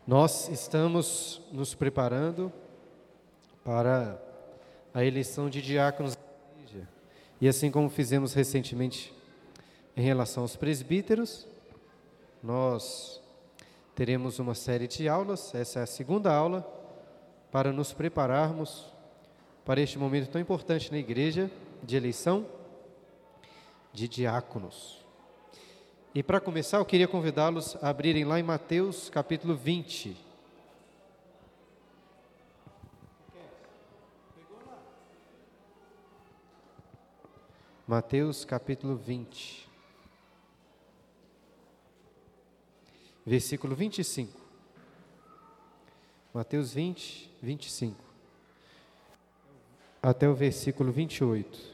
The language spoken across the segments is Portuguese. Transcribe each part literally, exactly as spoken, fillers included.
Nós estamos nos preparando para a eleição de diáconos da igreja. E assim como fizemos recentemente em relação aos presbíteros, nós teremos uma série de aulas, essa é a segunda aula, para nos prepararmos para este momento tão importante na igreja de eleição de diáconos. E para começar, eu queria convidá-los a abrirem lá em Mateus capítulo vinte. Mateus capítulo vinte. Versículo vinte e cinco. Mateus vinte, vinte e cinco. Até o versículo vinte e oito.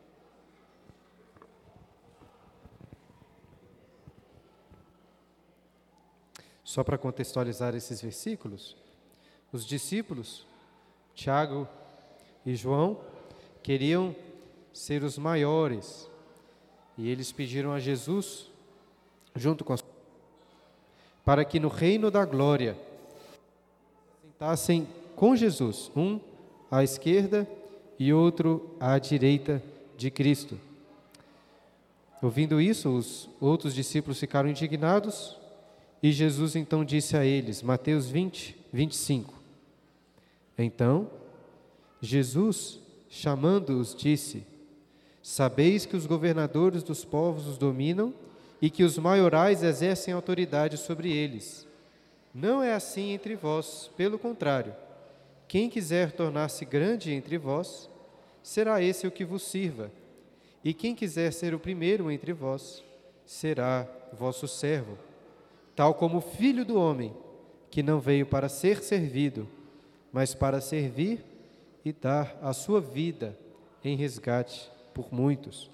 Só para contextualizar esses versículos, os discípulos, Tiago e João, queriam ser os maiores, e eles pediram a Jesus, junto com as, para que no reino da glória sentassem com Jesus, um à esquerda e outro à direita de Cristo. Ouvindo isso, os outros discípulos ficaram indignados, e Jesus então disse a eles, Mateus vinte, vinte e cinco. Então, Jesus, chamando-os, disse: Sabeis que os governadores dos povos os dominam e que os maiorais exercem autoridade sobre eles. Não é assim entre vós, pelo contrário. Quem quiser tornar-se grande entre vós, será esse o que vos sirva. E quem quiser ser o primeiro entre vós, será vosso servo. Tal como o Filho do Homem, que não veio para ser servido, mas para servir e dar a sua vida em resgate por muitos.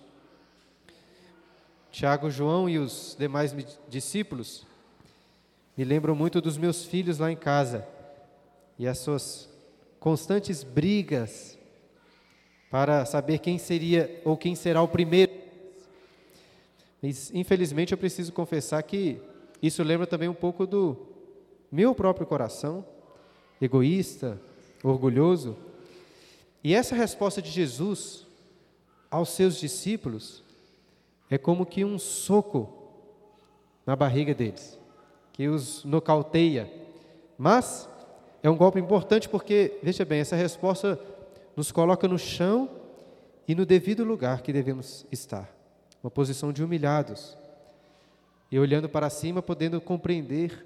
Tiago, João e os demais discípulos me lembram muito dos meus filhos lá em casa e as suas constantes brigas para saber quem seria ou quem será o primeiro. Mas, infelizmente, eu preciso confessar que isso lembra também um pouco do meu próprio coração, egoísta, orgulhoso. E essa resposta de Jesus aos seus discípulos é como que um soco na barriga deles, que os nocauteia. Mas é um golpe importante porque, veja bem, essa resposta nos coloca no chão e no devido lugar que devemos estar, uma posição de humilhados. E olhando para cima, podendo compreender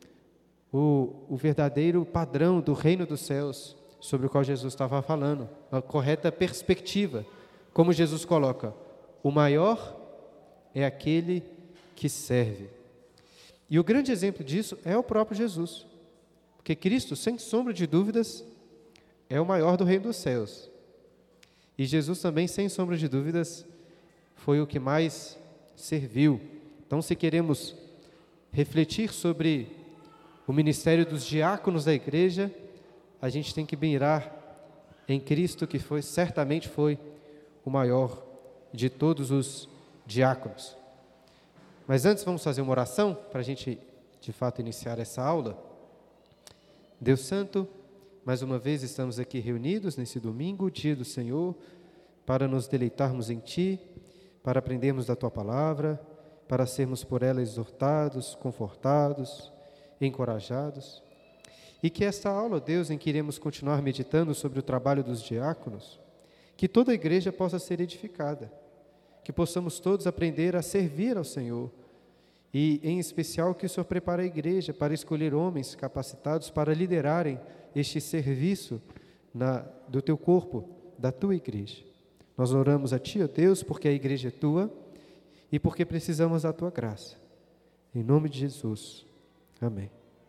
o, o verdadeiro padrão do reino dos céus, sobre o qual Jesus estava falando, a correta perspectiva, como Jesus coloca, o maior é aquele que serve. E o grande exemplo disso é o próprio Jesus, porque Cristo, sem sombra de dúvidas, é o maior do reino dos céus. E Jesus também, sem sombra de dúvidas, foi o que mais serviu. Então, se queremos refletir sobre o ministério dos diáconos da igreja, a gente tem que mirar em Cristo, que foi, certamente foi o maior de todos os diáconos. Mas antes vamos fazer uma oração, para a gente, de fato, iniciar essa aula. Deus Santo, mais uma vez estamos aqui reunidos nesse domingo, dia do Senhor, para nos deleitarmos em Ti, para aprendermos da Tua palavra, para sermos por ela exortados, confortados, encorajados. E que esta aula, Deus, em que iremos continuar meditando sobre o trabalho dos diáconos, que toda a igreja possa ser edificada, que possamos todos aprender a servir ao Senhor, e em especial que o Senhor prepare a igreja para escolher homens capacitados para liderarem este serviço na, do Teu corpo, da Tua igreja. Nós oramos a Ti, ó Deus, porque a igreja é Tua, e porque precisamos da Tua graça. Em nome de Jesus. Amém.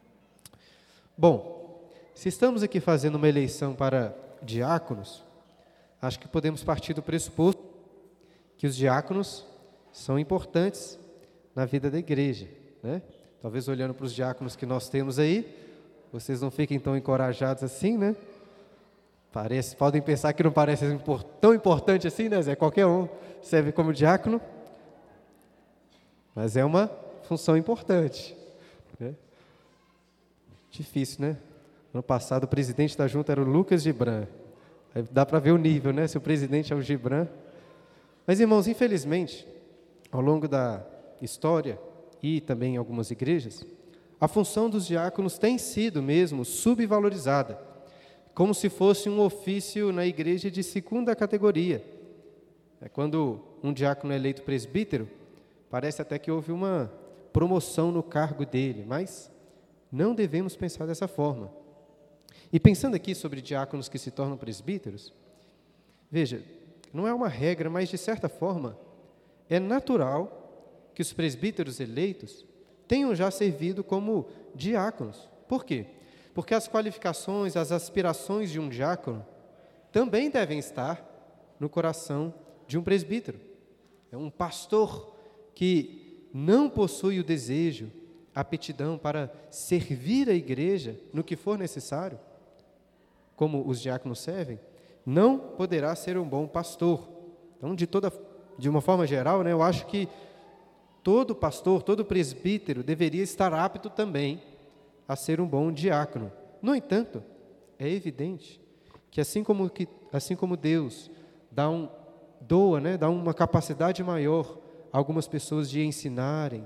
Bom, se estamos aqui fazendo uma eleição para diáconos, acho que podemos partir do pressuposto que os diáconos são importantes na vida da igreja, né? Talvez olhando para os diáconos que nós temos aí, vocês não fiquem tão encorajados assim, né? Parece, podem pensar que não parece tão importante assim, né, Zé? Qualquer um serve como diácono. Mas é uma função importante, né? Difícil, né? Ano passado o presidente da junta era o Lucas Gibran. Aí dá para ver o nível, né? Se o presidente é o Gibran. Mas, irmãos, infelizmente, ao longo da história e também em algumas igrejas, a função dos diáconos tem sido mesmo subvalorizada, como se fosse um ofício na igreja de segunda categoria. É quando um diácono é eleito presbítero, parece até que houve uma promoção no cargo dele, mas não devemos pensar dessa forma. E pensando aqui sobre diáconos que se tornam presbíteros, veja, não é uma regra, mas de certa forma, é natural que os presbíteros eleitos tenham já servido como diáconos. Por quê? Porque as qualificações, as aspirações de um diácono também devem estar no coração de um presbítero. É um pastor que não possui o desejo, a aptidão para servir a igreja no que for necessário, como os diáconos servem, não poderá ser um bom pastor. Então, de, toda, de uma forma geral, né, eu acho que todo pastor, todo presbítero deveria estar apto também a ser um bom diácono. No entanto, é evidente que assim como, que, assim como Deus dá, um, doa, né, dá uma capacidade maior a algumas pessoas de ensinarem,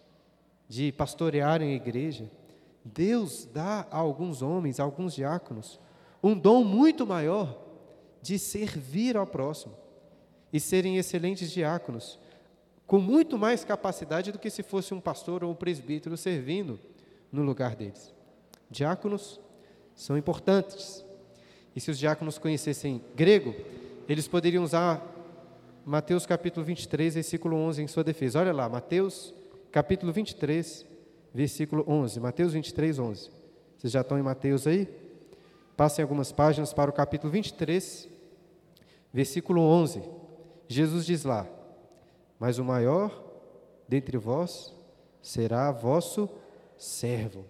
de pastorearem a igreja, Deus dá a alguns homens, a alguns diáconos, um dom muito maior de servir ao próximo e serem excelentes diáconos, com muito mais capacidade do que se fosse um pastor ou um presbítero servindo no lugar deles. Diáconos são importantes. E se os diáconos conhecessem grego, eles poderiam usar Mateus capítulo vinte e três, versículo onze em sua defesa. Olha lá, Mateus capítulo vinte e três, versículo onze. Mateus vinte e três, onze. Vocês já estão em Mateus aí? Passem algumas páginas para o capítulo vinte e três, versículo onze. Jesus diz lá: mas o maior dentre vós será vosso servo.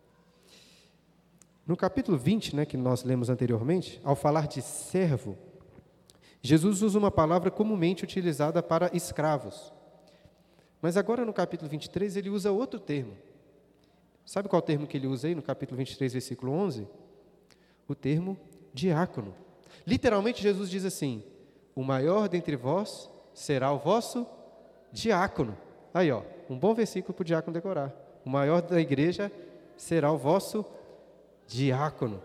No capítulo vinte, né, que nós lemos anteriormente, ao falar de servo, Jesus usa uma palavra comumente utilizada para escravos. Mas agora no capítulo vinte e três ele usa outro termo. Sabe qual termo que ele usa aí no capítulo vinte e três, versículo onze? O termo diácono. Literalmente Jesus diz assim: o maior dentre vós será o vosso diácono. Aí, ó, um bom versículo para o diácono decorar. O maior da igreja será o vosso diácono.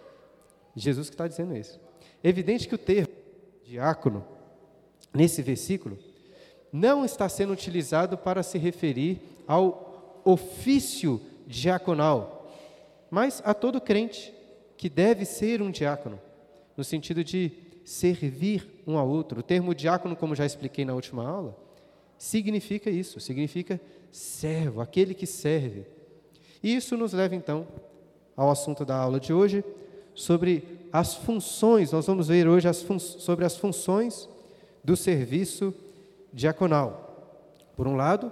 Jesus que está dizendo isso. É evidente que o termo diácono, nesse versículo, não está sendo utilizado para se referir ao ofício diaconal, mas a todo crente que deve ser um diácono, no sentido de servir um ao outro. O termo diácono, como já expliquei na última aula, significa isso, significa servo, aquele que serve. E isso nos leva, então, ao assunto da aula de hoje, sobre as funções. Nós vamos ver hoje as fun- sobre as funções do serviço diaconal. Por um lado,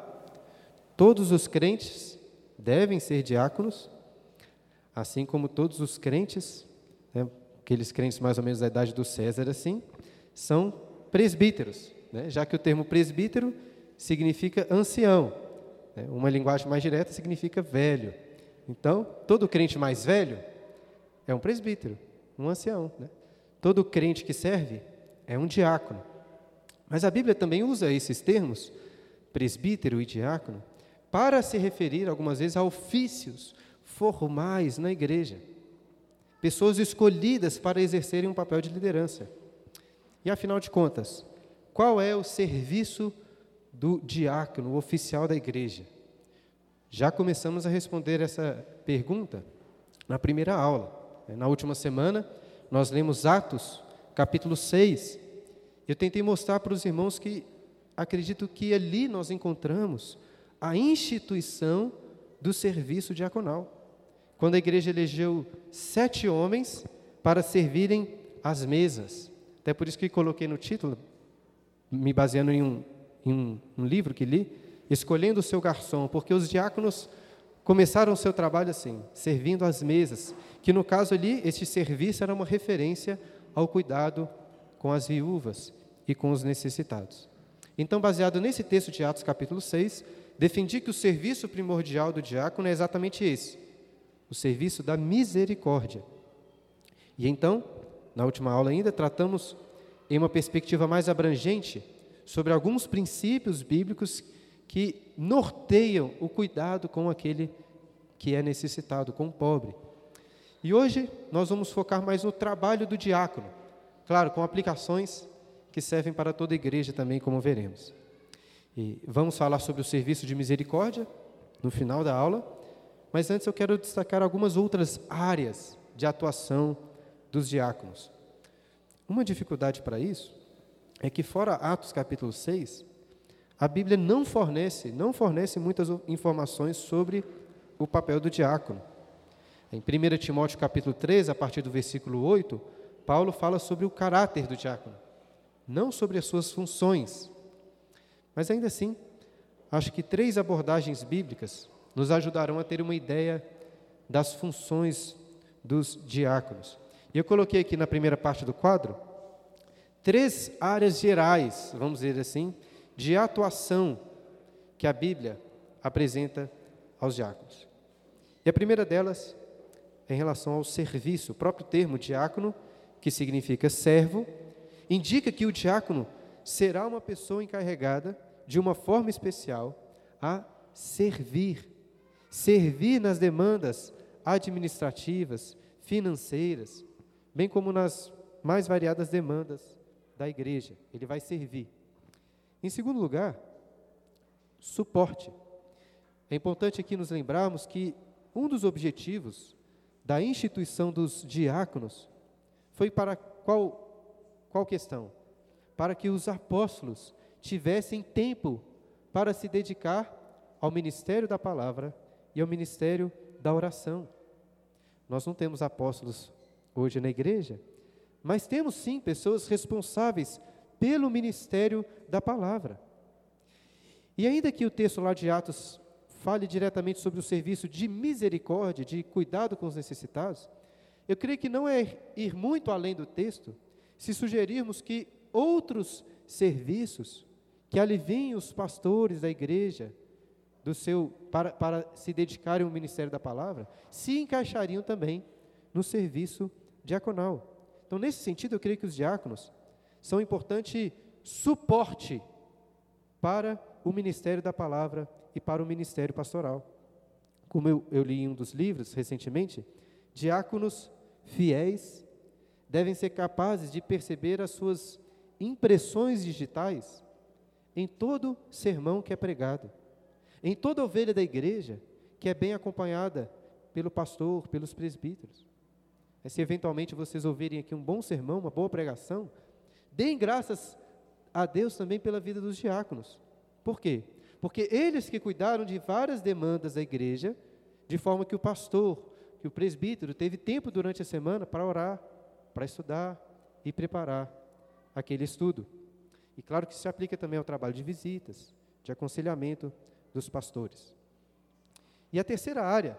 todos os crentes devem ser diáconos, assim como todos os crentes, né, aqueles crentes mais ou menos da idade do César, assim, são presbíteros, né, já que o termo presbítero significa ancião, né, uma linguagem mais direta significa velho. Então, todo crente mais velho é um presbítero, um ancião, né? Todo crente que serve é um diácono. Mas a Bíblia também usa esses termos, presbítero e diácono, para se referir algumas vezes a ofícios formais na igreja, pessoas escolhidas para exercerem um papel de liderança. E afinal de contas, qual é o serviço do diácono, o oficial da igreja? Já começamos a responder essa pergunta na primeira aula. Na última semana, nós lemos Atos, capítulo seis. Eu tentei mostrar para os irmãos que acredito que ali nós encontramos a instituição do serviço diaconal. Quando a igreja elegeu sete homens para servirem às mesas. Até por isso que coloquei no título, me baseando em um, em um, um livro que li, escolhendo o seu garçom, porque os diáconos começaram o seu trabalho assim, servindo às mesas, que no caso ali, este serviço era uma referência ao cuidado com as viúvas e com os necessitados. Então, baseado nesse texto de Atos capítulo seis, defendi que o serviço primordial do diácono é exatamente esse, o serviço da misericórdia. E então, na última aula ainda, tratamos em uma perspectiva mais abrangente sobre alguns princípios bíblicos que norteiam o cuidado com aquele que é necessitado, com o pobre. E hoje nós vamos focar mais no trabalho do diácono, claro, com aplicações que servem para toda a igreja também, como veremos. E vamos falar sobre o serviço de misericórdia no final da aula, mas antes eu quero destacar algumas outras áreas de atuação dos diáconos. Uma dificuldade para isso é que, fora Atos capítulo seis, a Bíblia não fornece, não fornece muitas informações sobre o papel do diácono. Em primeira Timóteo capítulo três, a partir do versículo oito, Paulo fala sobre o caráter do diácono, não sobre as suas funções. Mas ainda assim, acho que três abordagens bíblicas nos ajudarão a ter uma ideia das funções dos diáconos. E eu coloquei aqui na primeira parte do quadro três áreas gerais, vamos dizer assim, de atuação que a Bíblia apresenta aos diáconos. E a primeira delas é em relação ao serviço. O próprio termo diácono, que significa servo, indica que o diácono será uma pessoa encarregada, de uma forma especial, a servir. Servir nas demandas administrativas, financeiras, bem como nas mais variadas demandas da igreja. Ele vai servir. Em segundo lugar, suporte. É importante aqui nos lembrarmos que um dos objetivos da instituição dos diáconos foi para qual, qual questão? Para que os apóstolos tivessem tempo para se dedicar ao ministério da palavra e ao ministério da oração. Nós não temos apóstolos hoje na igreja, mas temos sim pessoas responsáveis pelo ministério da palavra. E ainda que o texto lá de Atos fale diretamente sobre o serviço de misericórdia, de cuidado com os necessitados, eu creio que não é ir muito além do texto se sugerirmos que outros serviços que aliviem os pastores da igreja do seu, para, para se dedicarem ao ministério da palavra, se encaixariam também no serviço diaconal. Então, nesse sentido, eu creio que os diáconos são um importante suporte para o ministério da palavra e para o ministério pastoral. Como eu, eu li em um dos livros recentemente, diáconos fiéis devem ser capazes de perceber as suas impressões digitais em todo sermão que é pregado, em toda ovelha da igreja que é bem acompanhada pelo pastor, pelos presbíteros. É, se eventualmente vocês ouvirem aqui um bom sermão, uma boa pregação, deem graças a Deus também pela vida dos diáconos. Por quê? Porque eles que cuidaram de várias demandas da igreja, de forma que o pastor, que o presbítero teve tempo durante a semana para orar, para estudar e preparar aquele estudo. E claro que isso se aplica também ao trabalho de visitas, de aconselhamento dos pastores. E a terceira área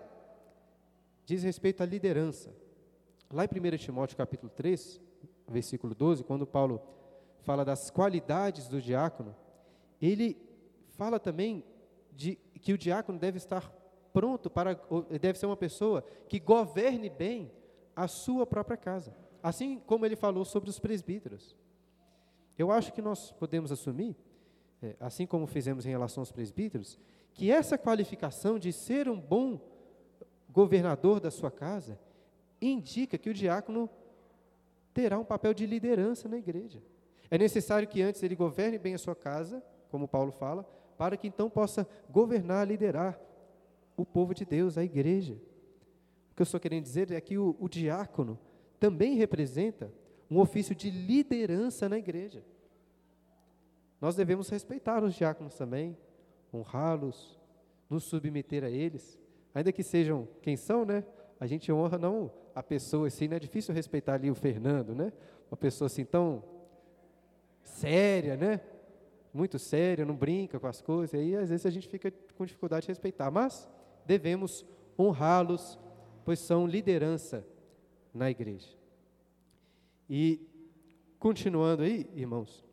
diz respeito à liderança. Lá em primeira Timóteo capítulo três, versículo doze, quando Paulo fala das qualidades do diácono, ele fala também de que o diácono deve estar pronto para, deve ser uma pessoa que governe bem a sua própria casa, assim como ele falou sobre os presbíteros. Eu acho que nós podemos assumir, é, assim como fizemos em relação aos presbíteros, que essa qualificação de ser um bom governador da sua casa indica que o diácono terá um papel de liderança na igreja. É necessário que antes ele governe bem a sua casa, como Paulo fala, para que então possa governar, liderar o povo de Deus, a igreja. O que eu estou querendo dizer é que o, o diácono também representa um ofício de liderança na igreja. Nós devemos respeitar os diáconos também, honrá-los, nos submeter a eles, ainda que sejam quem são, né? A gente honra não a pessoa assim, não é difícil respeitar ali o Fernando, né? Uma pessoa assim tão séria, né? Muito séria, não brinca com as coisas, e aí às vezes a gente fica com dificuldade de respeitar, mas devemos honrá-los, pois são liderança na igreja. E, continuando aí, irmãos,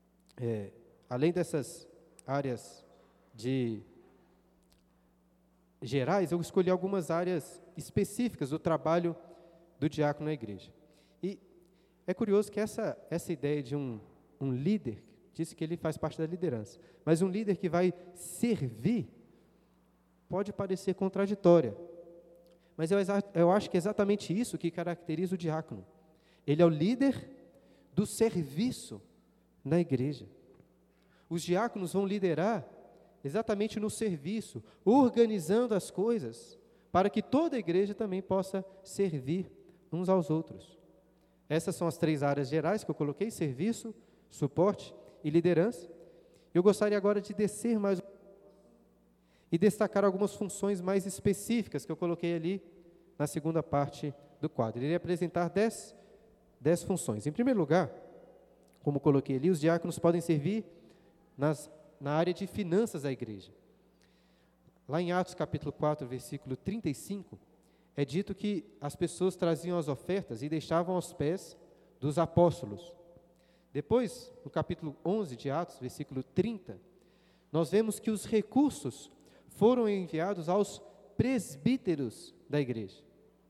é, além dessas áreas de gerais, eu escolhi algumas áreas específicas do trabalho do diácono na igreja. E é curioso que essa, essa ideia de um, um líder, disse que ele faz parte da liderança, mas um líder que vai servir, pode parecer contraditória. Mas eu, eu acho que é exatamente isso que caracteriza o diácono. Ele é o líder do serviço na igreja. Os diáconos vão liderar exatamente no serviço, organizando as coisas, para que toda a igreja também possa servir uns aos outros. Essas são as três áreas gerais que eu coloquei: serviço, suporte e liderança. Eu gostaria agora de descer mais e destacar algumas funções mais específicas que eu coloquei ali na segunda parte do quadro. Ele irei apresentar dez, dez funções. Em primeiro lugar, como coloquei ali, os diáconos podem servir nas, na área de finanças da igreja. Lá em Atos capítulo quatro, versículo trinta e cinco, é dito que as pessoas traziam as ofertas e deixavam aos pés dos apóstolos. Depois, no capítulo onze de Atos, versículo trinta, nós vemos que os recursos foram enviados aos presbíteros da igreja.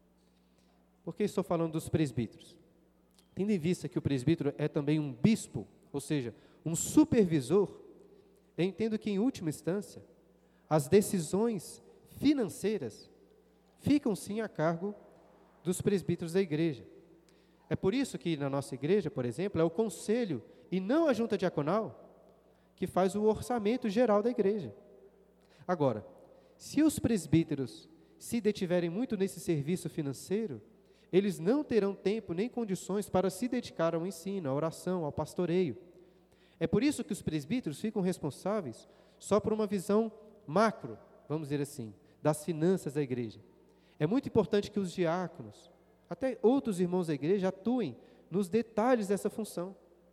Por que estou falando dos presbíteros? Tendo em vista que o presbítero é também um bispo, ou seja, um supervisor, eu entendo que, em última instância, as decisões financeiras ficam sim a cargo dos presbíteros da igreja. É por isso que na nossa igreja, por exemplo, é o conselho e não a junta diaconal que faz o orçamento geral da igreja. Agora, se os presbíteros se detiverem muito nesse serviço financeiro, eles não terão tempo nem condições para se dedicar ao ensino, à oração, ao pastoreio. É por isso que os presbíteros ficam responsáveis só por uma visão macro, vamos dizer assim, das finanças da igreja. É muito importante que os diáconos, até outros irmãos da igreja, atuem nos detalhes dessa função.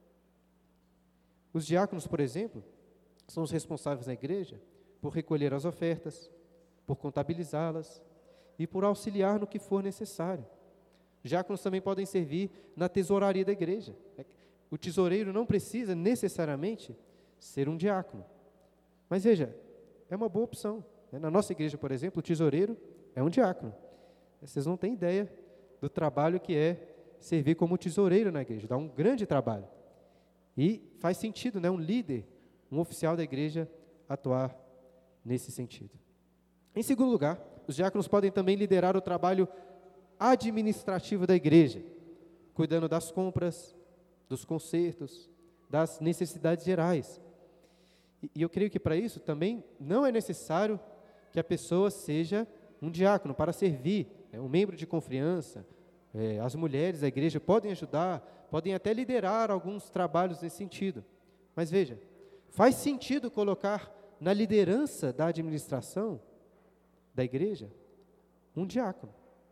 Os diáconos, por exemplo, são os responsáveis na igreja por recolher as ofertas, por contabilizá-las e por auxiliar no que for necessário. Diáconos também podem servir na tesouraria da igreja. O tesoureiro não precisa necessariamente ser um diácono. Mas veja, é uma boa opção. Na nossa igreja, por exemplo, o tesoureiro é um diácono. Vocês não têm ideia do trabalho que é servir como tesoureiro na igreja. Dá um grande trabalho. E faz sentido, né, um líder, um oficial da igreja, atuar nesse sentido. Em segundo lugar, os diáconos podem também liderar o trabalho administrativo da igreja, cuidando das compras, dos concertos, das necessidades gerais. E, e eu creio que para isso também não é necessário que a pessoa seja um diácono para servir, é, um membro de confiança. É, as mulheres da igreja podem ajudar, podem até liderar alguns trabalhos nesse sentido. Mas veja, faz sentido colocar na liderança da administração da igreja um diácono.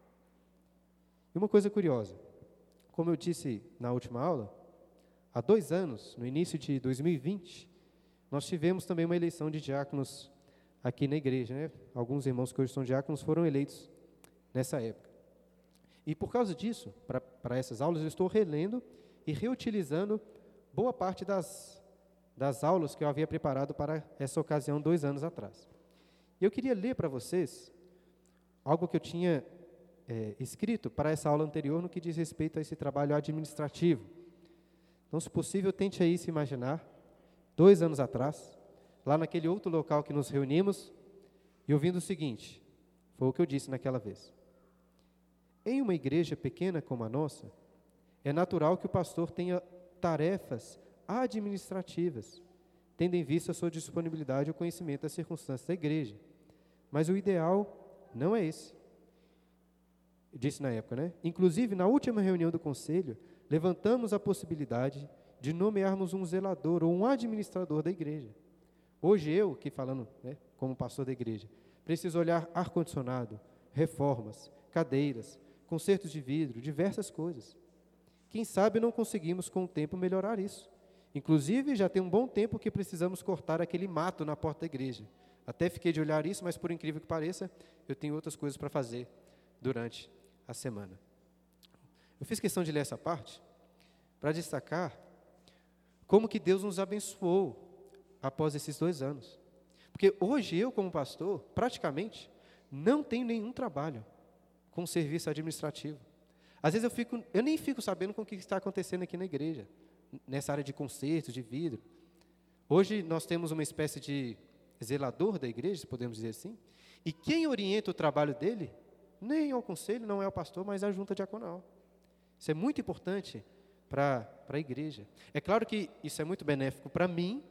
E uma coisa curiosa, como eu disse na última aula, há dois anos, no início de dois mil e vinte, nós tivemos também uma eleição de diáconos aqui na igreja, né? Alguns irmãos que hoje são diáconos foram eleitos nessa época. E por causa disso, para essas aulas, eu estou relendo e reutilizando boa parte das, das aulas que eu havia preparado para essa ocasião, dois anos atrás. E eu queria ler para vocês algo que eu tinha é, escrito para essa aula anterior no que diz respeito a esse trabalho administrativo. Então, se possível, tente aí se imaginar, dois anos atrás, lá naquele outro local que nos reunimos, e ouvindo o seguinte, foi o que eu disse naquela vez. Em uma igreja pequena como a nossa, é natural que o pastor tenha tarefas administrativas, tendo em vista a sua disponibilidade e o conhecimento das circunstâncias da igreja. Mas o ideal não é esse. Eu disse na época, né? Inclusive, na última reunião do conselho, levantamos a possibilidade de nomearmos um zelador ou um administrador da igreja. Hoje eu, aqui falando, né, como pastor da igreja, preciso olhar ar-condicionado, reformas, cadeiras, consertos de vidro, diversas coisas. Quem sabe não conseguimos com o tempo melhorar isso. Inclusive, já tem um bom tempo que precisamos cortar aquele mato na porta da igreja. Até fiquei de olhar isso, mas por incrível que pareça, eu tenho outras coisas para fazer durante a semana. Eu fiz questão de ler essa parte para destacar como que Deus nos abençoou após esses dois anos. Porque hoje eu, como pastor, praticamente, não tem nenhum trabalho com serviço administrativo. Às vezes eu, fico, eu nem fico sabendo com o que está acontecendo aqui na igreja, nessa área de consertos, de vidro. Hoje nós temos uma espécie de zelador da igreja, se podemos dizer assim, e quem orienta o trabalho dele, nem é o conselho, não é o pastor, mas a junta diaconal. Isso é muito importante para a igreja. É claro que isso é muito benéfico para mim,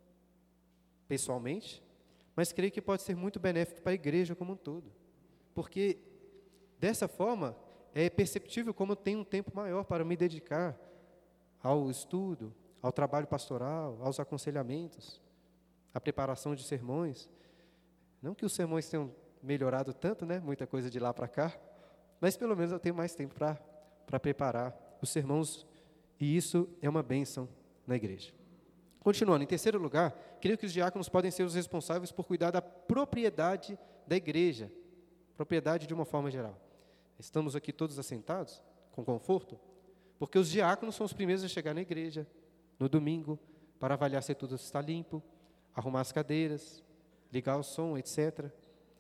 pessoalmente, mas creio que pode ser muito benéfico para a igreja como um todo. Porque, dessa forma, é perceptível como eu tenho um tempo maior para me dedicar ao estudo, ao trabalho pastoral, aos aconselhamentos, à preparação de sermões. Não que os sermões tenham melhorado tanto, né? Muita coisa de lá para cá, mas pelo menos eu tenho mais tempo para para preparar os sermões, e isso é uma bênção na igreja. Continuando, em terceiro lugar, creio que os diáconos podem ser os responsáveis por cuidar da propriedade da igreja, propriedade de uma forma geral. Estamos aqui todos assentados, com conforto, porque os diáconos são os primeiros a chegar na igreja, no domingo, para avaliar se tudo está limpo, arrumar as cadeiras, ligar o som, etcétera.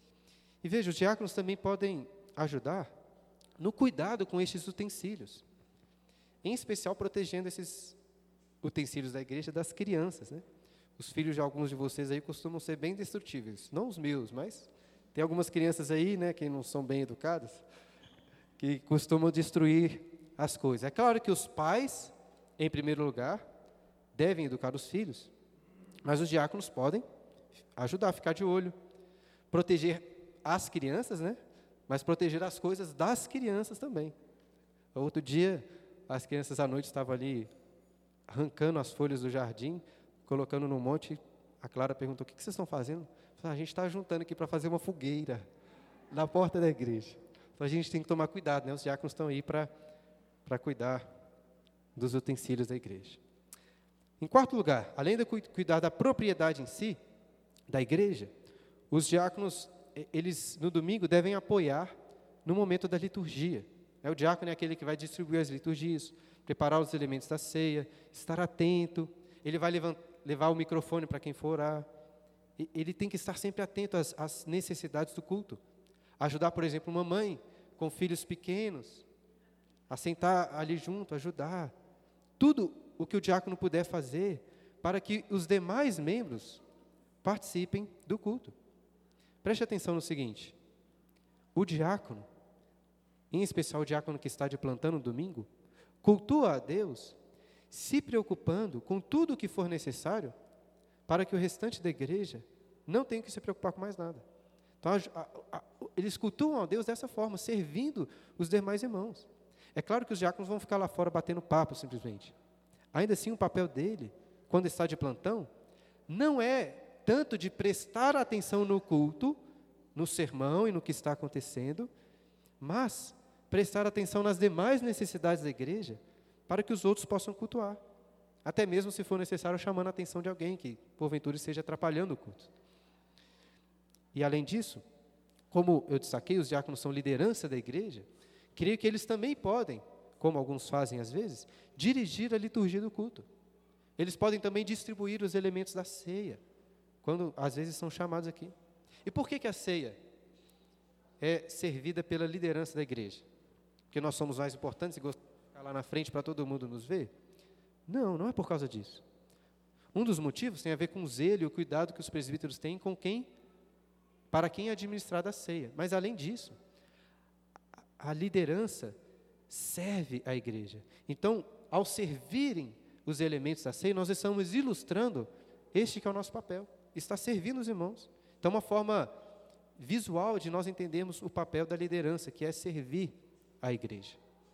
E veja, os diáconos também podem ajudar no cuidado com estes utensílios, em especial protegendo esses utensílios da igreja das crianças, né? Os filhos de alguns de vocês aí costumam ser bem destrutíveis, não os meus, mas tem algumas crianças aí, né, que não são bem educadas, que costumam destruir as coisas. É claro que os pais, em primeiro lugar, devem educar os filhos, mas os diáconos podem ajudar a ficar de olho, proteger as crianças, né? Mas proteger as coisas das crianças também. Outro dia, as crianças à noite estavam ali arrancando as folhas do jardim, colocando no monte. A Clara perguntou: o que vocês estão fazendo? Falei, a gente está juntando aqui para fazer uma fogueira na porta da igreja. Então a gente tem que tomar cuidado, né? Os diáconos estão aí para para cuidar dos utensílios da igreja. Em quarto lugar, além de cuidar da propriedade em si, da igreja, os diáconos, eles no domingo devem apoiar no momento da liturgia. O diácono é aquele que vai distribuir as liturgias, preparar os elementos da ceia, estar atento, ele vai levar, levar o microfone para quem for orar, ele tem que estar sempre atento às, às necessidades do culto. Ajudar, por exemplo, uma mãe com filhos pequenos, a sentar ali junto, ajudar. Tudo o que o diácono puder fazer para que os demais membros participem do culto. Preste atenção no seguinte: o diácono, em especial o diácono que está de plantão no domingo, cultua a Deus, se preocupando com tudo o que for necessário, para que o restante da igreja não tenha que se preocupar com mais nada. Então, a, a, a, eles cultuam a Deus dessa forma, servindo os demais irmãos. É claro que os diáconos vão ficar lá fora batendo papo, simplesmente. Ainda assim, o papel dele, quando está de plantão, não é tanto de prestar atenção no culto, no sermão e no que está acontecendo, mas prestar atenção nas demais necessidades da igreja, para que os outros possam cultuar. Até mesmo se for necessário, chamando a atenção de alguém que, porventura, esteja atrapalhando o culto. E, além disso, como eu destaquei, os diáconos são liderança da igreja, creio que eles também podem, como alguns fazem às vezes, dirigir a liturgia do culto. Eles podem também distribuir os elementos da ceia, quando às vezes são chamados aqui. E por que que a ceia é servida pela liderança da igreja? Porque nós somos mais importantes e gostamos de ficar lá na frente para todo mundo nos ver? Não, não é por causa disso. Um dos motivos tem a ver com o zelo e o cuidado que os presbíteros têm com quem, para quem é administrada a ceia. Mas, além disso, a liderança serve a igreja. Então, ao servirem os elementos da ceia, nós estamos ilustrando este que é o nosso papel, está servindo os irmãos. Então, uma forma visual de nós entendermos o papel da liderança, que é servir a igreja.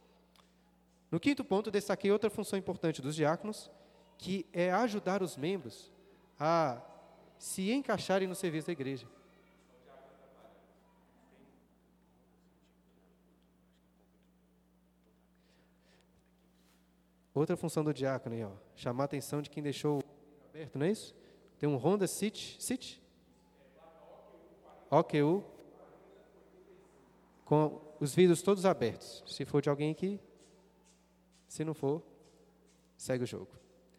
No quinto ponto, destaquei outra função importante dos diáconos, que é ajudar os membros a se encaixarem no serviço da igreja. Outra função do diácono aí, ó, chamar a atenção de quem deixou aberto, não é isso? Tem um Honda City, City? O Q U, com os vidros todos abertos. Se for de alguém aqui, se não for, segue o jogo.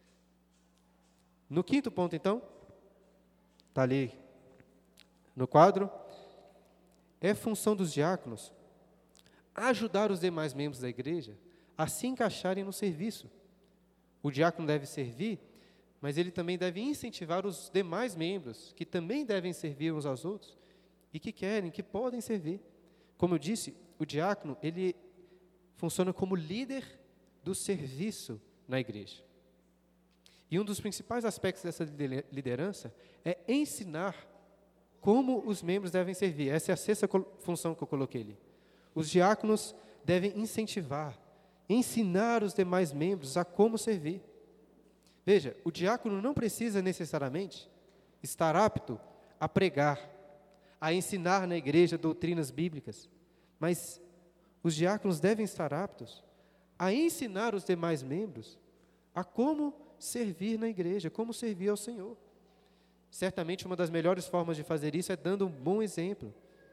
No quinto ponto, então, está ali no quadro, é função dos diáconos ajudar os demais membros da igreja a se encaixarem no serviço. O diácono deve servir, mas ele também deve incentivar os demais membros, que também devem servir uns aos outros, e que querem, que podem servir. Como eu disse, o diácono, ele funciona como líder do serviço na igreja. E um dos principais aspectos dessa liderança é ensinar como os membros devem servir. Essa é a sexta função que eu coloquei ali. Os diáconos devem incentivar, ensinar os demais membros a como servir. Veja, o diácono não precisa necessariamente estar apto a pregar, a ensinar na igreja doutrinas bíblicas, mas os diáconos devem estar aptos a ensinar os demais membros a como servir na igreja, como servir ao Senhor. Certamente uma das melhores formas de fazer isso é dando um bom exemplo.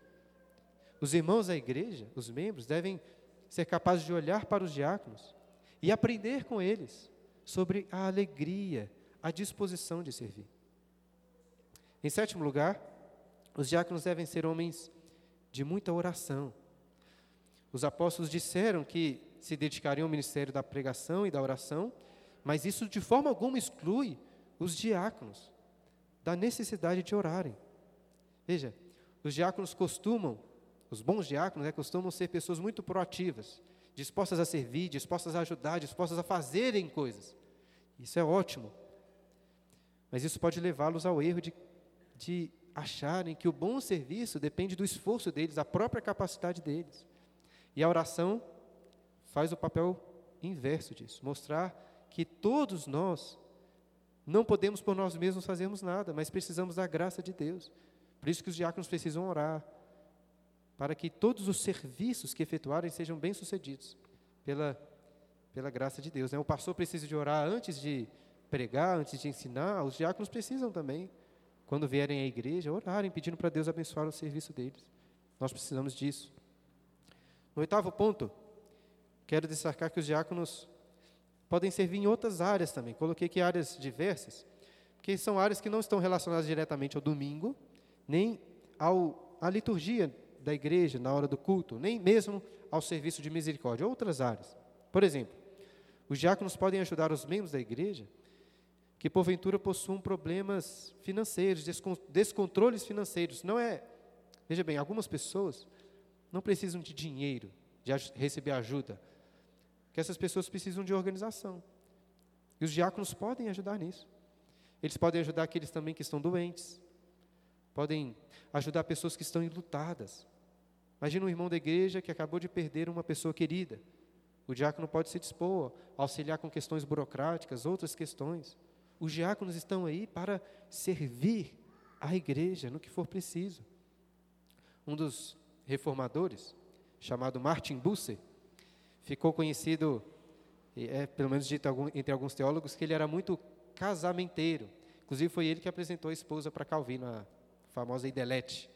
Os irmãos da igreja, os membros, devem ser capazes de olhar para os diáconos e aprender com eles sobre a alegria, a disposição de servir. Em sétimo lugar, os diáconos devem ser homens de muita oração. Os apóstolos disseram que se dedicariam ao ministério da pregação e da oração, mas isso de forma alguma exclui os diáconos da necessidade de orarem. Veja, os diáconos costumam, os bons diáconos, né, costumam ser pessoas muito proativas, dispostas a servir, dispostas a ajudar, dispostas a fazerem coisas. Isso é ótimo. Mas isso pode levá-los ao erro de, de acharem que o bom serviço depende do esforço deles, da própria capacidade deles. E a oração faz o papel inverso disso, mostrar que todos nós não podemos por nós mesmos fazermos nada, mas precisamos da graça de Deus. Por isso que os diáconos precisam orar, para que todos os serviços que efetuarem sejam bem-sucedidos pela, pela graça de Deus. Né? O pastor precisa de orar antes de pregar, antes de ensinar, os diáconos precisam também, quando vierem à igreja, orarem, pedindo para Deus abençoar o serviço deles. Nós precisamos disso. No oitavo ponto, quero destacar que os diáconos podem servir em outras áreas também. Coloquei aqui áreas diversas, porque são áreas que não estão relacionadas diretamente ao domingo, nem ao, à liturgia da igreja, na hora do culto, nem mesmo ao serviço de misericórdia, outras áreas. Por exemplo, os diáconos podem ajudar os membros da igreja que porventura possuam problemas financeiros, descontroles financeiros. Não é, veja bem, algumas pessoas não precisam de dinheiro, de receber ajuda, que essas pessoas precisam de organização. E os diáconos podem ajudar nisso. Eles podem ajudar aqueles também que estão doentes, podem ajudar pessoas que estão enlutadas. Imagina um irmão da igreja que acabou de perder uma pessoa querida. O diácono pode se dispor a auxiliar com questões burocráticas, outras questões. Os diáconos estão aí para servir a igreja no que for preciso. Um dos reformadores, chamado Martin Bucer, ficou conhecido, é, pelo menos dito algum, entre alguns teólogos, que ele era muito casamenteiro. Inclusive foi ele que apresentou a esposa para Calvino, a famosa Idelete.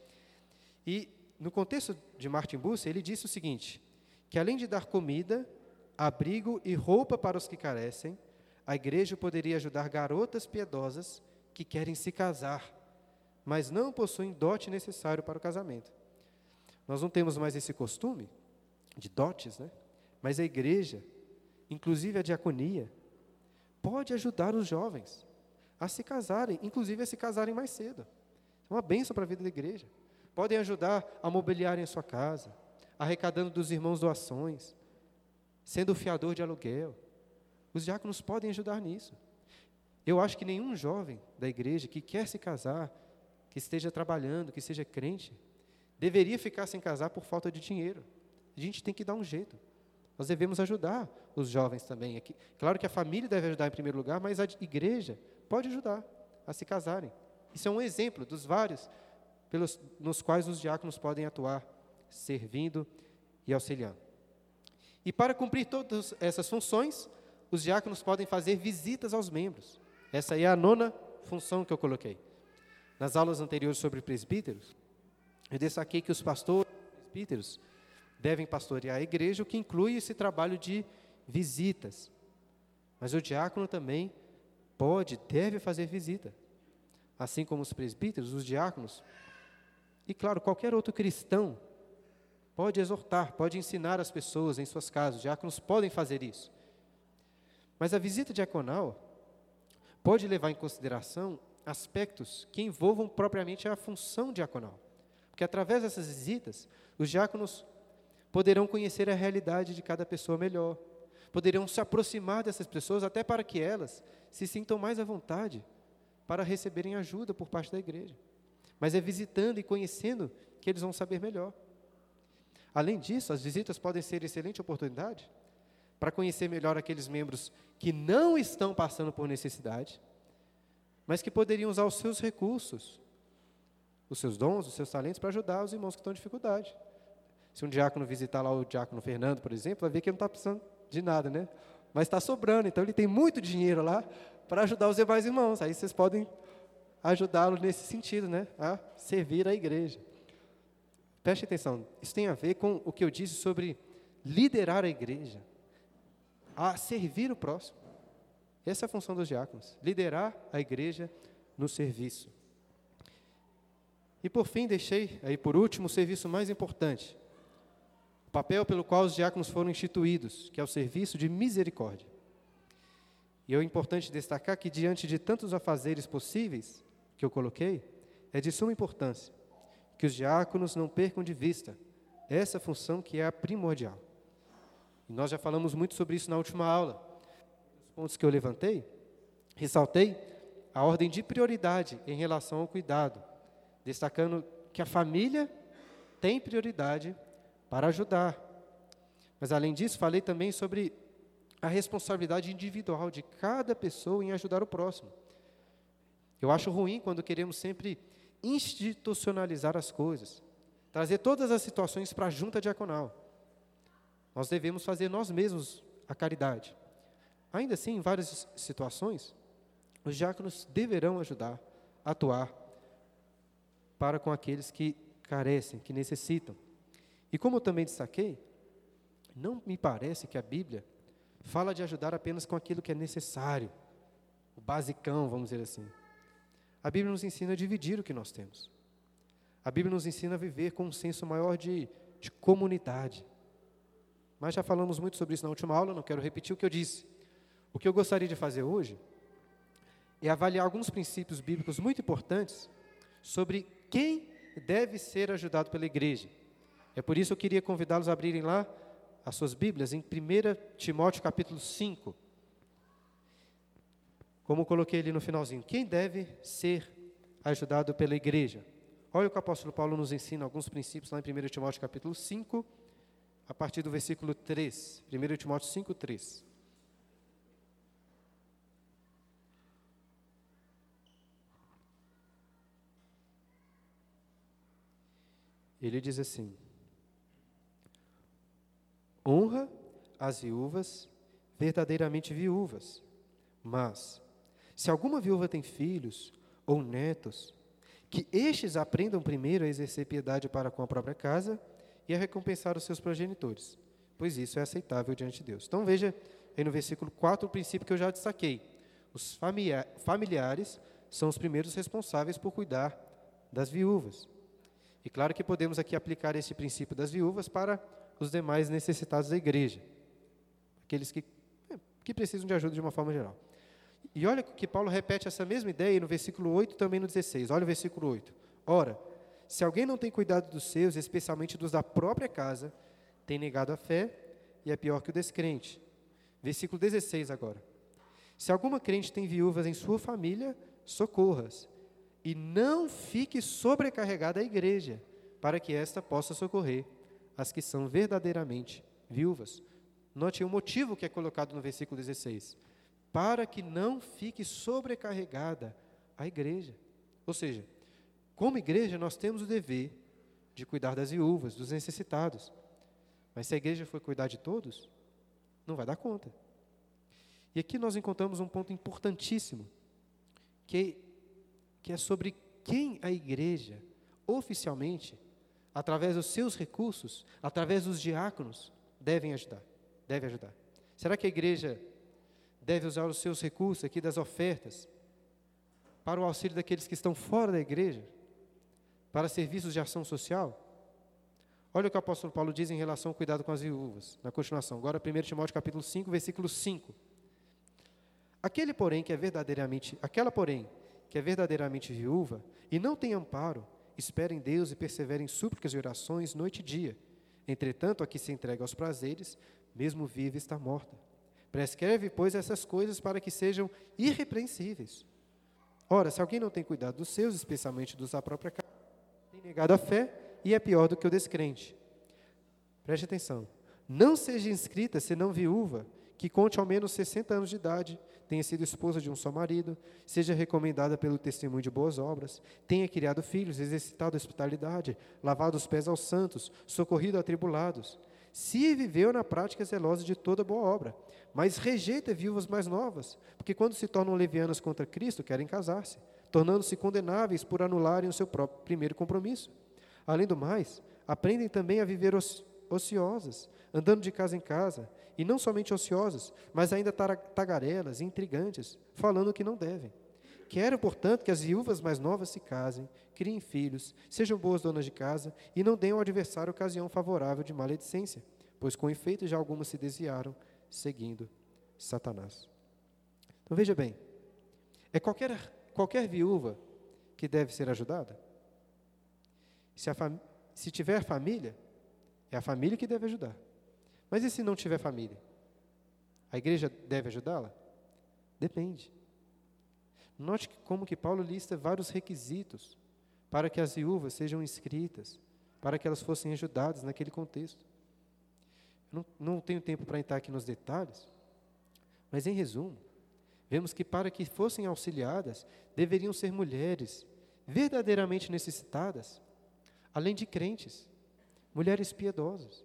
E no contexto de Martin Bucer, ele disse o seguinte, que além de dar comida, abrigo e roupa para os que carecem, a igreja poderia ajudar garotas piedosas que querem se casar, mas não possuem dote necessário para o casamento. Nós não temos mais esse costume de dotes, né? Mas a igreja, inclusive a diaconia, pode ajudar os jovens a se casarem, inclusive a se casarem mais cedo. É uma bênção para a vida da igreja. Podem ajudar a mobiliarem a sua casa, arrecadando dos irmãos doações, sendo fiador de aluguel. Os diáconos podem ajudar nisso. Eu acho que nenhum jovem da igreja que quer se casar, que esteja trabalhando, que seja crente, deveria ficar sem casar por falta de dinheiro. A gente tem que dar um jeito. Nós devemos ajudar os jovens também. Aqui, claro que a família deve ajudar em primeiro lugar, mas a igreja pode ajudar a se casarem. Isso é um exemplo dos vários pelos, nos quais os diáconos podem atuar, servindo e auxiliando. E para cumprir todas essas funções, os diáconos podem fazer visitas aos membros. Essa aí é a nona função que eu coloquei. Nas aulas anteriores sobre presbíteros, eu destaquei que os pastores presbíteros devem pastorear a igreja, o que inclui esse trabalho de visitas. Mas o diácono também pode, deve fazer visita. Assim como os presbíteros, os diáconos, E claro, qualquer outro cristão pode exortar, pode ensinar as pessoas em suas casas. Os diáconos podem fazer isso. Mas a visita diaconal pode levar em consideração aspectos que envolvam propriamente a função diaconal. Porque através dessas visitas, os diáconos poderão conhecer a realidade de cada pessoa melhor, poderão se aproximar dessas pessoas até para que elas se sintam mais à vontade para receberem ajuda por parte da igreja. Mas é visitando e conhecendo que eles vão saber melhor. Além disso, as visitas podem ser excelente oportunidade para conhecer melhor aqueles membros que não estão passando por necessidade, mas que poderiam usar os seus recursos, os seus dons, os seus talentos para ajudar os irmãos que estão em dificuldade. Se um diácono visitar lá o diácono Fernando, por exemplo, vai ver que ele não está precisando de nada, né? Mas está sobrando, então ele tem muito dinheiro lá para ajudar os demais irmãos. Aí vocês podem ajudá-lo nesse sentido, né? A servir a igreja. Preste atenção, isso tem a ver com o que eu disse sobre liderar a igreja, a servir o próximo. Essa é a função dos diáconos, liderar a igreja no serviço. E por fim, deixei aí por último o serviço mais importante, o papel pelo qual os diáconos foram instituídos, que é o serviço de misericórdia. E é importante destacar que diante de tantos afazeres possíveis que eu coloquei, é de suma importância que os diáconos não percam de vista essa função que é a primordial. E nós já falamos muito sobre isso na última aula. Os pontos que eu levantei, ressaltei a ordem de prioridade em relação ao cuidado, destacando que a família tem prioridade para ajudar. Mas, além disso, falei também sobre a responsabilidade individual de cada pessoa em ajudar o próximo. Eu acho ruim quando queremos sempre institucionalizar as coisas, trazer todas as situações para a junta diaconal. Nós devemos fazer nós mesmos a caridade. Ainda assim, em várias situações, os diáconos deverão ajudar, atuar para com aqueles que carecem, que necessitam. E como eu também destaquei, não me parece que a Bíblia fala de ajudar apenas com aquilo que é necessário, o basicão, vamos dizer assim. A Bíblia nos ensina a dividir o que nós temos. A Bíblia nos ensina a viver com um senso maior de, de comunidade. Mas já falamos muito sobre isso na última aula, não quero repetir o que eu disse. O que eu gostaria de fazer hoje é avaliar alguns princípios bíblicos muito importantes sobre quem deve ser ajudado pela igreja. É por isso que eu queria convidá-los a abrirem lá as suas Bíblias em primeiro Timóteo capítulo cinco. Como eu coloquei ali no finalzinho, quem deve ser ajudado pela igreja? Olha o que o apóstolo Paulo nos ensina, alguns princípios lá em primeiro Timóteo capítulo cinco, a partir do versículo três. primeiro Timóteo cinco, três. Ele diz assim: honra as viúvas, verdadeiramente viúvas, mas, se alguma viúva tem filhos ou netos, que estes aprendam primeiro a exercer piedade para com a própria casa e a recompensar os seus progenitores, pois isso é aceitável diante de Deus. Então veja aí no versículo quatro o princípio que eu já destaquei. Os familiares são os primeiros responsáveis por cuidar das viúvas. E claro que podemos aqui aplicar esse princípio das viúvas para os demais necessitados da igreja, aqueles que, que precisam de ajuda de uma forma geral. E olha que Paulo repete essa mesma ideia no versículo oito e também no dezesseis. Olha o versículo oito. Ora, se alguém não tem cuidado dos seus, especialmente dos da própria casa, tem negado a fé e é pior que o descrente. Versículo dezesseis agora. Se alguma crente tem viúvas em sua família, socorra-as, e não fique sobrecarregada a igreja, para que esta possa socorrer as que são verdadeiramente viúvas. Note o motivo que é colocado no versículo dezesseis. Para que não fique sobrecarregada a igreja. Ou seja, como igreja nós temos o dever de cuidar das viúvas, dos necessitados. Mas se a igreja for cuidar de todos, não vai dar conta. E aqui nós encontramos um ponto importantíssimo, que, que é sobre quem a igreja, oficialmente, através dos seus recursos, através dos diáconos, devem ajudar, deve ajudar. Será que a igreja deve usar os seus recursos aqui das ofertas para o auxílio daqueles que estão fora da igreja? para serviços de ação social? Olha o que o apóstolo Paulo diz em relação ao cuidado com as viúvas, na continuação. Agora, primeiro Timóteo capítulo cinco, versículo cinco. Aquele, porém, que é verdadeiramente, aquela, porém, que é verdadeiramente viúva e não tem amparo, espera em Deus e persevera em súplicas e orações noite e dia. Entretanto, a que se entrega aos prazeres, mesmo viva está morta. Prescreve, pois, essas coisas para que sejam irrepreensíveis. Ora, se alguém não tem cuidado dos seus, especialmente dos da própria casa, tem negado a fé e é pior do que o descrente. Preste atenção. Não seja inscrita, senão viúva, que conte ao menos sessenta anos de idade, tenha sido esposa de um só marido, seja recomendada pelo testemunho de boas obras, tenha criado filhos, exercitado a hospitalidade, lavado os pés aos santos, socorrido a atribulados. Se viveu na prática zelosa de toda boa obra, mas rejeita viúvas mais novas, porque quando se tornam levianas contra Cristo, querem casar-se, tornando-se condenáveis por anularem o seu próprio primeiro compromisso. Além do mais, aprendem também a viver oci- ociosas, andando de casa em casa, e não somente ociosas, mas ainda tagarelas, intrigantes, falando o que não devem. Quero, portanto, que as viúvas mais novas se casem, criem filhos, sejam boas donas de casa e não deem ao adversário ocasião favorável de maledicência, pois com efeito já algumas se desviaram, seguindo Satanás. Então veja bem, é qualquer, qualquer viúva que deve ser ajudada? Se, a fam- se tiver família, é a família que deve ajudar. Mas e se não tiver família? A igreja deve ajudá-la? Depende. Note como que Paulo lista vários requisitos para que as viúvas sejam inscritas, para que elas fossem ajudadas naquele contexto. Não, não tenho tempo para entrar aqui nos detalhes, mas em resumo, vemos que para que fossem auxiliadas, deveriam ser mulheres verdadeiramente necessitadas, além de crentes, mulheres piedosas.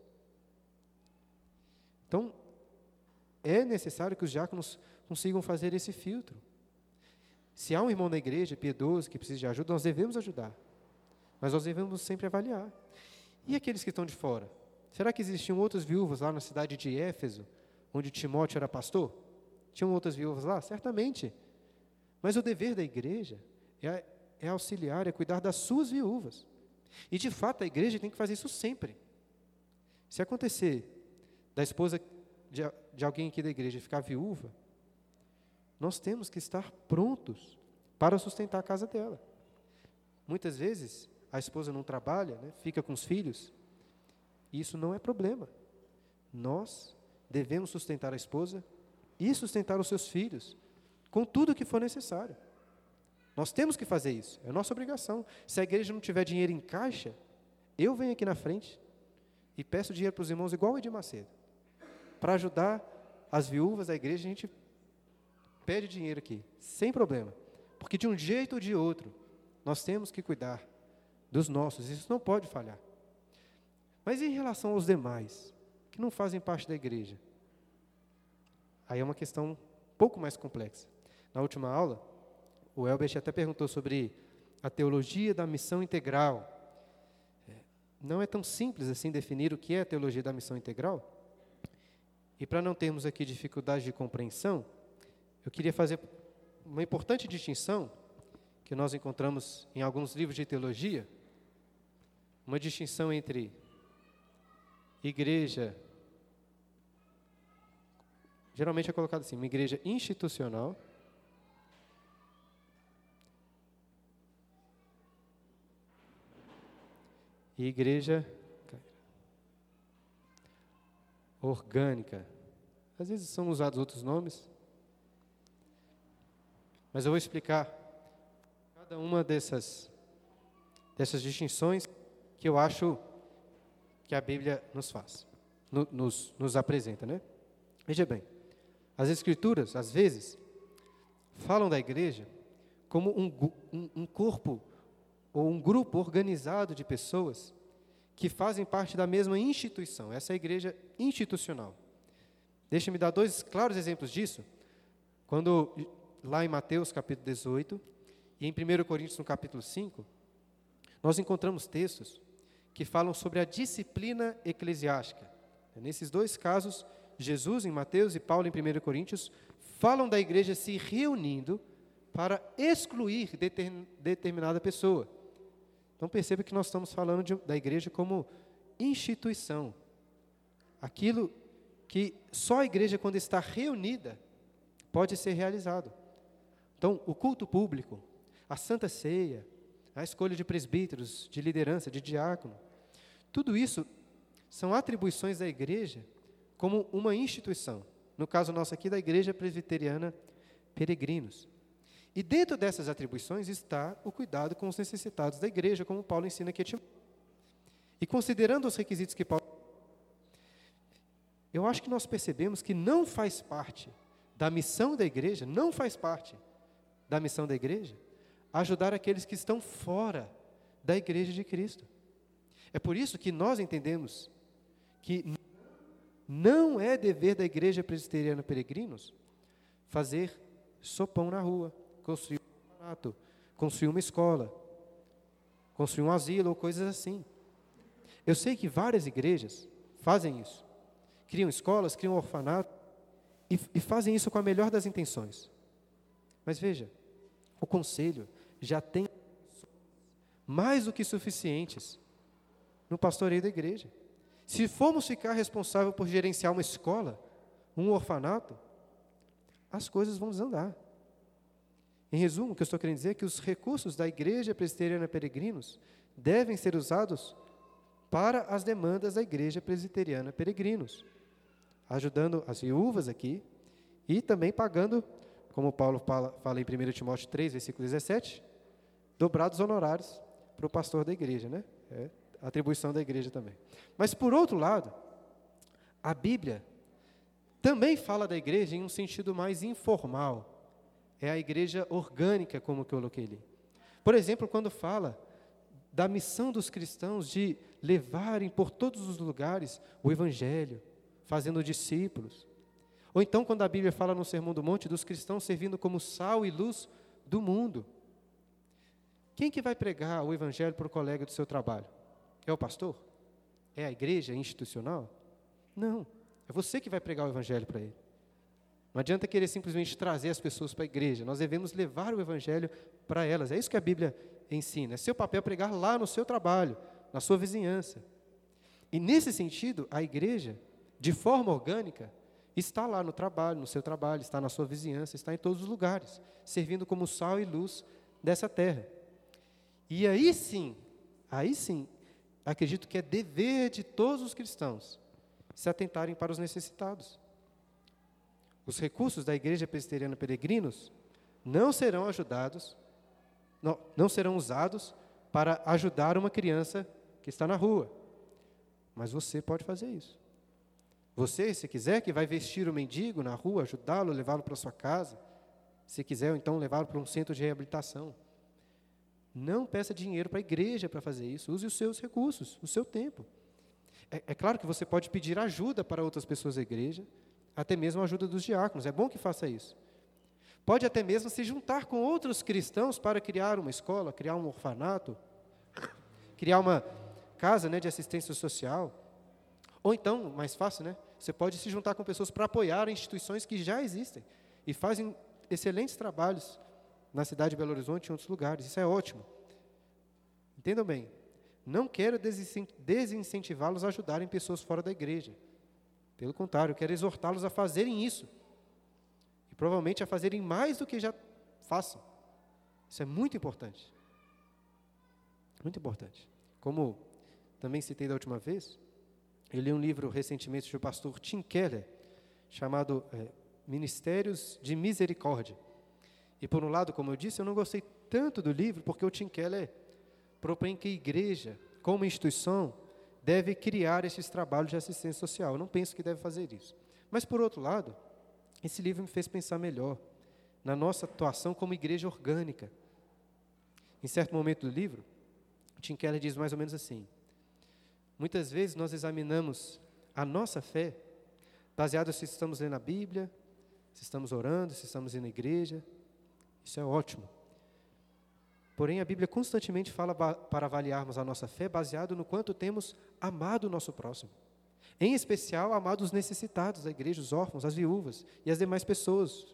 Então, é necessário que os diáconos consigam fazer esse filtro. Se há um irmão na igreja piedoso que precisa de ajuda, nós devemos ajudar. Mas nós devemos sempre avaliar. E aqueles que estão de fora? Será que existiam outras viúvas lá na cidade de Éfeso, onde Timóteo era pastor? Tinham outras viúvas lá? Certamente. Mas o dever da igreja é, é auxiliar, é cuidar das suas viúvas. E, de fato, a igreja tem que fazer isso sempre. Se acontecer da esposa de, de alguém aqui da igreja ficar viúva, nós temos que estar prontos para sustentar a casa dela. Muitas vezes, a esposa não trabalha, né, fica com os filhos, e isso não é problema. Nós devemos sustentar a esposa e sustentar os seus filhos, com tudo o que for necessário. Nós temos que fazer isso, é nossa obrigação. Se a igreja não tiver dinheiro em caixa, eu venho aqui na frente e peço dinheiro para os irmãos, igual o Edir Macedo. Para ajudar as viúvas da igreja, a gente pede dinheiro aqui, sem problema. Porque de um jeito ou de outro, nós temos que cuidar dos nossos, isso não pode falhar. Mas em relação aos demais, que não fazem parte da igreja, aí é uma questão um pouco mais complexa. Na última aula, o Elbert até perguntou sobre a teologia da missão integral. Não é tão simples assim definir o que é a teologia da missão integral. E para não termos aqui dificuldade de compreensão, eu queria fazer uma importante distinção que nós encontramos em alguns livros de teologia, uma distinção entre igreja, geralmente é colocado assim, uma igreja institucional e igreja orgânica. Às vezes são usados outros nomes, mas eu vou explicar cada uma dessas, dessas distinções que eu acho que a Bíblia nos faz, no, nos, nos apresenta, né? Veja bem, as Escrituras, às vezes, falam da igreja como um, um, um corpo ou um grupo organizado de pessoas que fazem parte da mesma instituição. Essa é a igreja institucional. Deixa-me dar dois claros exemplos disso. Quando, lá em Mateus, capítulo dezoito, e em primeiro Coríntios, no capítulo cinco, nós encontramos textos que falam sobre a disciplina eclesiástica. Nesses dois casos, Jesus, em Mateus, e Paulo, em primeiro Coríntios, falam da igreja se reunindo para excluir determinada pessoa. Então perceba que nós estamos falando de, da igreja como instituição. Aquilo que só a igreja, quando está reunida, pode ser realizado. Então, o culto público, a Santa Ceia, a escolha de presbíteros, de liderança, de diácono, tudo isso são atribuições da igreja como uma instituição. No caso nosso aqui, da Igreja Presbiteriana Peregrinos. E dentro dessas atribuições está o cuidado com os necessitados da igreja, como Paulo ensina aqui a Timóteo. E considerando os requisitos que Paulo... Eu acho que nós percebemos que não faz parte da missão da igreja, não faz parte da missão da igreja, ajudar aqueles que estão fora da igreja de Cristo. É por isso que nós entendemos que não é dever da Igreja Presbiteriana Peregrinos fazer sopão na rua, construir um orfanato, construir uma escola, construir um asilo ou coisas assim. Eu sei que várias igrejas fazem isso. Criam escolas, criam um orfanato e, e fazem isso com a melhor das intenções. Mas veja, o conselho já tem mais do que suficientes no pastoreio da igreja. Se formos ficar responsáveis por gerenciar uma escola, um orfanato, as coisas vão desandar. Em resumo, o que eu estou querendo dizer é que os recursos da Igreja Presbiteriana Peregrinos devem ser usados para as demandas da Igreja Presbiteriana Peregrinos, ajudando as viúvas aqui e também pagando, como Paulo fala, fala em primeiro Timóteo três, versículo dezessete, dobrados honorários para o pastor da igreja, né? É atribuição da igreja também. Mas, por outro lado, a Bíblia também fala da igreja em um sentido mais informal. É a igreja orgânica, como eu coloquei ali. Por exemplo, quando fala da missão dos cristãos de levarem por todos os lugares o Evangelho, fazendo discípulos. Ou então, quando a Bíblia fala no Sermão do Monte, dos cristãos servindo como sal e luz do mundo. Quem que vai pregar o Evangelho para o colega do seu trabalho? É o pastor? É a igreja institucional? Não, é você que vai pregar o Evangelho para ele. Não adianta querer simplesmente trazer as pessoas para a igreja, nós devemos levar o Evangelho para elas. É isso que a Bíblia ensina, é seu papel pregar lá no seu trabalho, na sua vizinhança. E nesse sentido, a igreja, de forma orgânica, está lá no trabalho, no seu trabalho, está na sua vizinhança, está em todos os lugares, servindo como sal e luz dessa terra. E aí sim, aí sim, acredito que é dever de todos os cristãos se atentarem para os necessitados. Os recursos da Igreja Presbiteriana Peregrinos não serão ajudados, não, não serão usados para ajudar uma criança que está na rua. Mas você pode fazer isso. Você, se quiser, que vai vestir o mendigo na rua, ajudá-lo, levá-lo para a sua casa, se quiser, ou então levá-lo para um centro de reabilitação. Não peça dinheiro para a igreja para fazer isso. Use os seus recursos, o seu tempo. É, é claro que você pode pedir ajuda para outras pessoas da igreja, até mesmo a ajuda dos diáconos. É bom que faça isso. Pode até mesmo se juntar com outros cristãos para criar uma escola, criar um orfanato, criar uma casa, né, de assistência social. Ou então, mais fácil, né? Você pode se juntar com pessoas para apoiar instituições que já existem e fazem excelentes trabalhos na cidade de Belo Horizonte e em outros lugares. Isso é ótimo. Entendam bem, não quero desincentivá-los a ajudarem pessoas fora da igreja. Pelo contrário, eu quero exortá-los a fazerem isso. E provavelmente a fazerem mais do que já façam. Isso é muito importante. Muito importante. Como também citei da última vez, eu li um livro recentemente do pastor Tim Keller, chamado é, Ministérios de Misericórdia. E por um lado, como eu disse, eu não gostei tanto do livro, porque o Tim Keller propõe que a igreja, como instituição, deve criar esses trabalhos de assistência social. Eu não penso que deve fazer isso. Mas, por outro lado, esse livro me fez pensar melhor na nossa atuação como igreja orgânica. Em certo momento do livro, o Tim Keller diz mais ou menos assim: muitas vezes nós examinamos a nossa fé baseado se estamos lendo a Bíblia, se estamos orando, se estamos indo à igreja. Isso é ótimo. Porém, a Bíblia constantemente fala para avaliarmos a nossa fé baseado no quanto temos amado o nosso próximo. Em especial, amado os necessitados da igreja, os órfãos, as viúvas e as demais pessoas.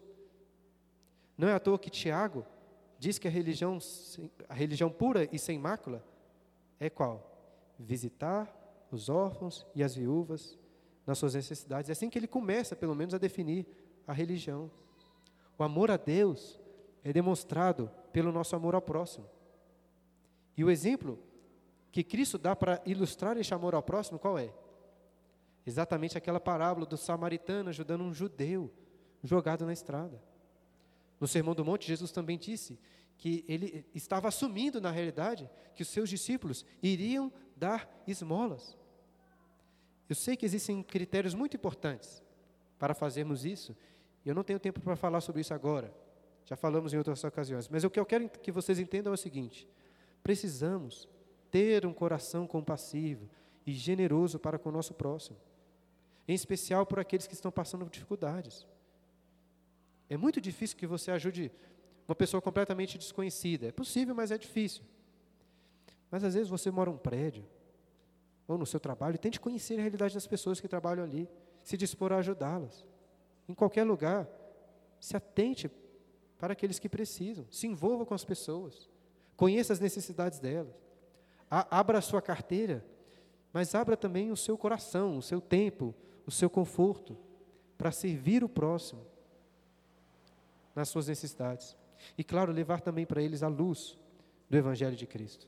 Não é à toa que Tiago diz que a religião, a religião pura e sem mácula é qual? Visitar os órfãos e as viúvas nas suas necessidades. É assim que ele começa, pelo menos, a definir a religião. O amor a Deus é demonstrado pelo nosso amor ao próximo. E o exemplo que Cristo dá para ilustrar este amor ao próximo, qual é? Exatamente aquela parábola do samaritano ajudando um judeu jogado na estrada. No Sermão do Monte, Jesus também disse que ele estava assumindo, na realidade, que os seus discípulos iriam dar esmolas. Eu sei que existem critérios muito importantes para fazermos isso, e eu não tenho tempo para falar sobre isso agora. Já falamos em outras ocasiões. Mas o que eu quero que vocês entendam é o seguinte: precisamos ter um coração compassivo e generoso para com o nosso próximo, em especial por aqueles que estão passando por dificuldades. É muito difícil que você ajude uma pessoa completamente desconhecida. É possível, mas é difícil. Mas às vezes você mora em um prédio, ou no seu trabalho, e tente conhecer a realidade das pessoas que trabalham ali, se dispor a ajudá-las. Em qualquer lugar, se atente para aqueles que precisam, se envolva com as pessoas, conheça as necessidades delas, a, abra a sua carteira, mas abra também o seu coração, o seu tempo, o seu conforto, para servir o próximo nas suas necessidades. E claro, levar também para eles a luz do Evangelho de Cristo.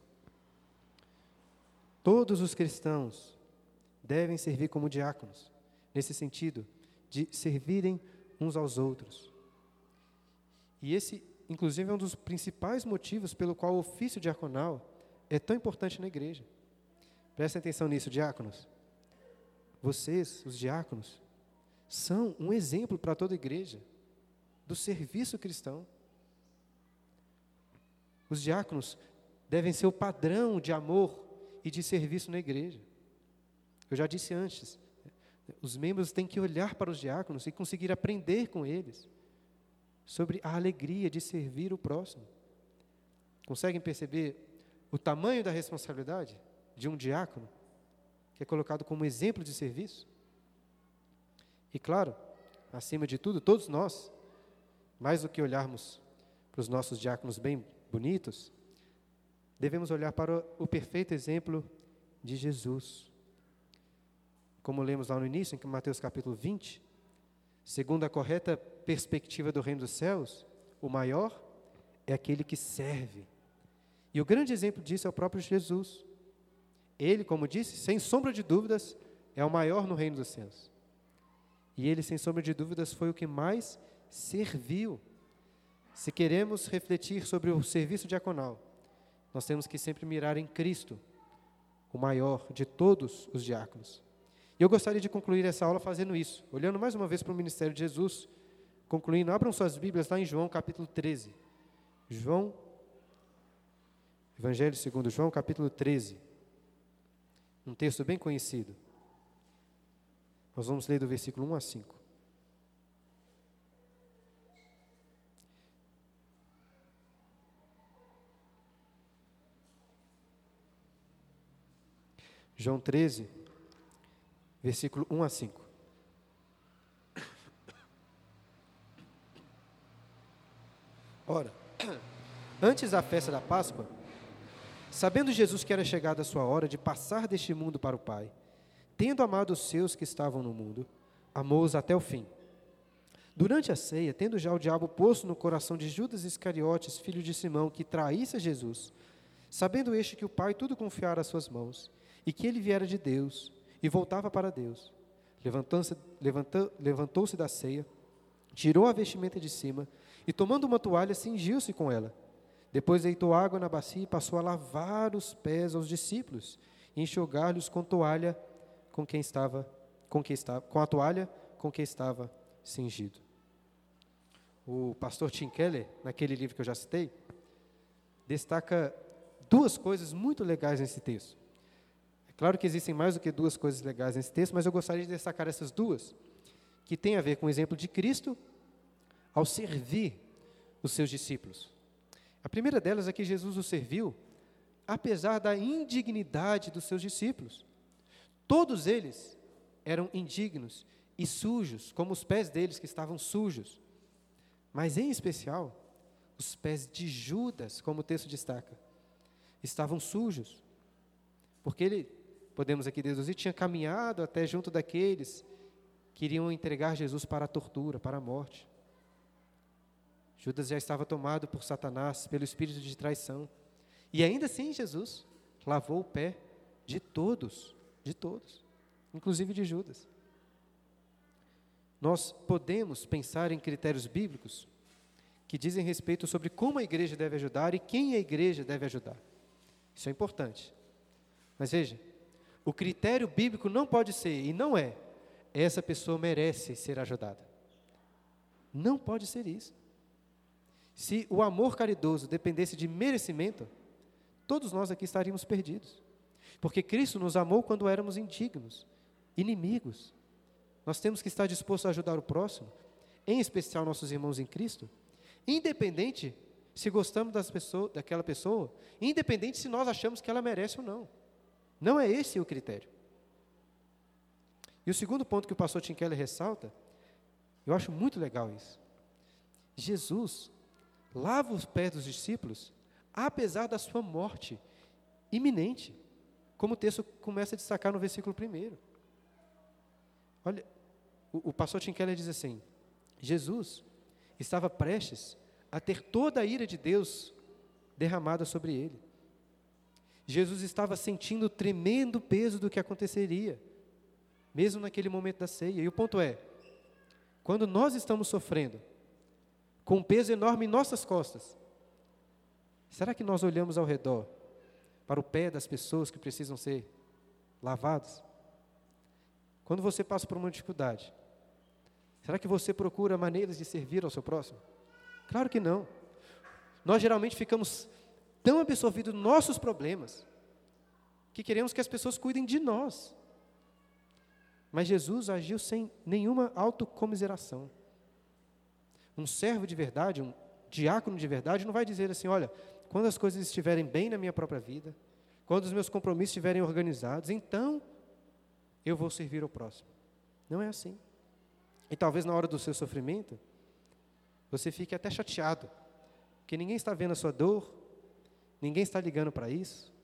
Todos os cristãos devem servir como diáconos, nesse sentido, de servirem uns aos outros. E esse, inclusive, é um dos principais motivos pelo qual o ofício diaconal é tão importante na igreja. Prestem atenção nisso, diáconos. Vocês, os diáconos, são um exemplo para toda a igreja do serviço cristão. Os diáconos devem ser o padrão de amor e de serviço na igreja. Eu já disse antes, os membros têm que olhar para os diáconos e conseguir aprender com eles sobre a alegria de servir o próximo. Conseguem perceber o tamanho da responsabilidade de um diácono, que é colocado como exemplo de serviço? E claro, acima de tudo, todos nós, mais do que olharmos para os nossos diáconos bem bonitos, devemos olhar para o perfeito exemplo de Jesus. Como lemos lá no início, em Mateus capítulo vinte, segundo a correta perspectiva do reino dos céus, o maior é aquele que serve. E o grande exemplo disso é o próprio Jesus. Ele, como disse, sem sombra de dúvidas, é o maior no reino dos céus. E ele, sem sombra de dúvidas, foi o que mais serviu. Se queremos refletir sobre o serviço diaconal, nós temos que sempre mirar em Cristo, o maior de todos os diáconos. E eu gostaria de concluir essa aula fazendo isso, olhando mais uma vez para o ministério de Jesus, concluindo. Abram suas Bíblias lá em João capítulo treze. João, Evangelho segundo João capítulo treze. Um texto bem conhecido. Nós vamos ler do versículo um a cinco. João treze, versículo um a cinco. Ora, antes da festa da Páscoa, sabendo Jesus que era chegada a sua hora de passar deste mundo para o Pai, tendo amado os seus que estavam no mundo, amou-os até o fim. Durante a ceia, tendo já o diabo posto no coração de Judas Iscariotes, filho de Simão, que traísse a Jesus, sabendo este que o Pai tudo confiara às suas mãos, e que ele viera de Deus, e voltava para Deus, levantou-se, levantou, levantou-se da ceia, tirou a vestimenta de cima, e tomando uma toalha, cingiu-se com ela. Depois deitou água na bacia e passou a lavar os pés aos discípulos, e enxugar-lhes com toalha com quem estava, com quem estava, com a toalha com quem estava cingido. O pastor Tim Keller, naquele livro que eu já citei, destaca duas coisas muito legais nesse texto. É claro que existem mais do que duas coisas legais nesse texto, mas eu gostaria de destacar essas duas, que têm a ver com o exemplo de Cristo ao servir os seus discípulos. A primeira delas é que Jesus os serviu, apesar da indignidade dos seus discípulos. Todos eles eram indignos e sujos, como os pés deles que estavam sujos. Mas, em especial, os pés de Judas, como o texto destaca, estavam sujos. Porque ele, podemos aqui deduzir, tinha caminhado até junto daqueles que iriam entregar Jesus para a tortura, para a morte. Judas já estava tomado por Satanás, pelo espírito de traição. E ainda assim Jesus lavou o pé de todos, de todos, inclusive de Judas. Nós podemos pensar em critérios bíblicos que dizem respeito sobre como a igreja deve ajudar e quem a igreja deve ajudar. Isso é importante. Mas veja, o critério bíblico não pode ser, e não é, essa pessoa merece ser ajudada. Não pode ser isso. Se o amor caridoso dependesse de merecimento, todos nós aqui estaríamos perdidos. Porque Cristo nos amou quando éramos indignos, inimigos. Nós temos que estar dispostos a ajudar o próximo, em especial nossos irmãos em Cristo, independente se gostamos das pessoas, daquela pessoa, independente se nós achamos que ela merece ou não. Não é esse o critério. E o segundo ponto que o pastor Tim Keller ressalta, eu acho muito legal isso. Jesus lava os pés dos discípulos, apesar da sua morte iminente, como o texto começa a destacar no versículo primeiro. Olha, o, o pastor Tim Keller diz assim: Jesus estava prestes a ter toda a ira de Deus derramada sobre ele. Jesus estava sentindo o tremendo peso do que aconteceria, mesmo naquele momento da ceia. E o ponto é, quando nós estamos sofrendo, com um peso enorme em nossas costas, será que nós olhamos ao redor para o pé das pessoas que precisam ser lavados? Quando você passa por uma dificuldade, será que você procura maneiras de servir ao seu próximo? Claro que não. Nós geralmente ficamos tão absorvidos nos nossos problemas, que queremos que as pessoas cuidem de nós. Mas Jesus agiu sem nenhuma autocomiseração. Um servo de verdade, um diácono de verdade, não vai dizer assim: olha, quando as coisas estiverem bem na minha própria vida, quando os meus compromissos estiverem organizados, então eu vou servir ao próximo. Não é assim. E talvez na hora do seu sofrimento, você fique até chateado, porque ninguém está vendo a sua dor, ninguém está ligando para isso.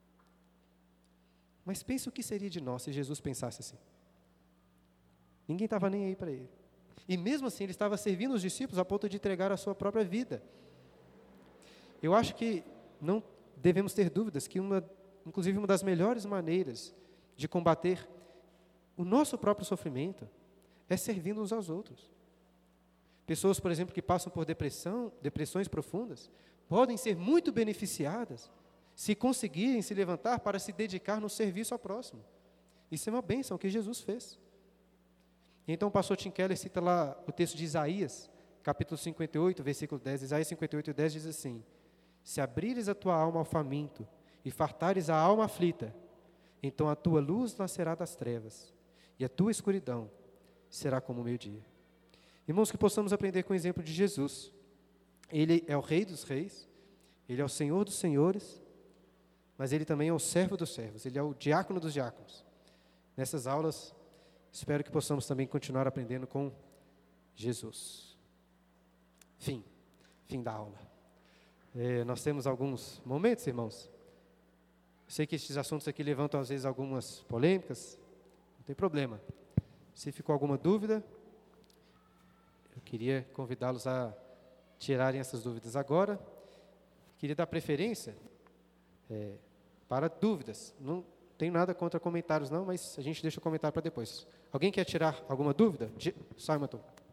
Mas pense o que seria de nós se Jesus pensasse assim. Ninguém estava nem aí para ele. E mesmo assim, ele estava servindo os discípulos a ponto de entregar a sua própria vida. Eu acho que não devemos ter dúvidas que, uma, inclusive, uma das melhores maneiras de combater o nosso próprio sofrimento é servindo uns aos outros. Pessoas, por exemplo, que passam por depressão, depressões profundas, podem ser muito beneficiadas se conseguirem se levantar para se dedicar no serviço ao próximo. Isso é uma bênção que Jesus fez. Então o pastor Tim Keller cita lá o texto de Isaías, capítulo cinquenta e oito, versículo dez. Isaías cinquenta e oito, dez diz assim: se abrires a tua alma ao faminto e fartares a alma aflita, então a tua luz nascerá das trevas e a tua escuridão será como o meio-dia. Irmãos, que possamos aprender com o exemplo de Jesus. Ele é o Rei dos Reis, Ele é o Senhor dos Senhores, mas Ele também é o servo dos servos, Ele é o diácono dos diáconos. Nessas aulas, espero que possamos também continuar aprendendo com Jesus. Fim, fim da aula. É, nós temos alguns momentos, irmãos. Eu sei que estes assuntos aqui levantam às vezes algumas polêmicas, não tem problema. Se ficou alguma dúvida, eu queria convidá-los a tirarem essas dúvidas agora. Queria dar preferência é, para dúvidas. Não tenho nada contra comentários não, mas a gente deixa o comentário para depois. Alguém quer tirar alguma dúvida? Simon.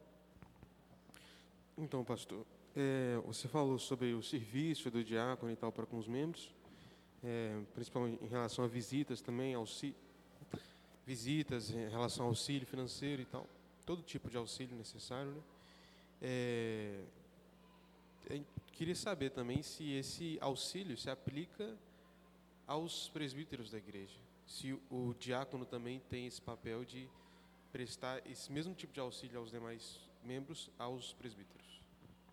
Então, pastor, é, você falou sobre o serviço do diácono e tal para com os membros, é, principalmente em relação a visitas também, auxílio, visitas em relação ao auxílio financeiro e tal, todo tipo de auxílio necessário, né? É, eu queria saber também se esse auxílio se aplica aos presbíteros da igreja, se o diácono também tem esse papel de prestar esse mesmo tipo de auxílio aos demais membros, aos presbíteros.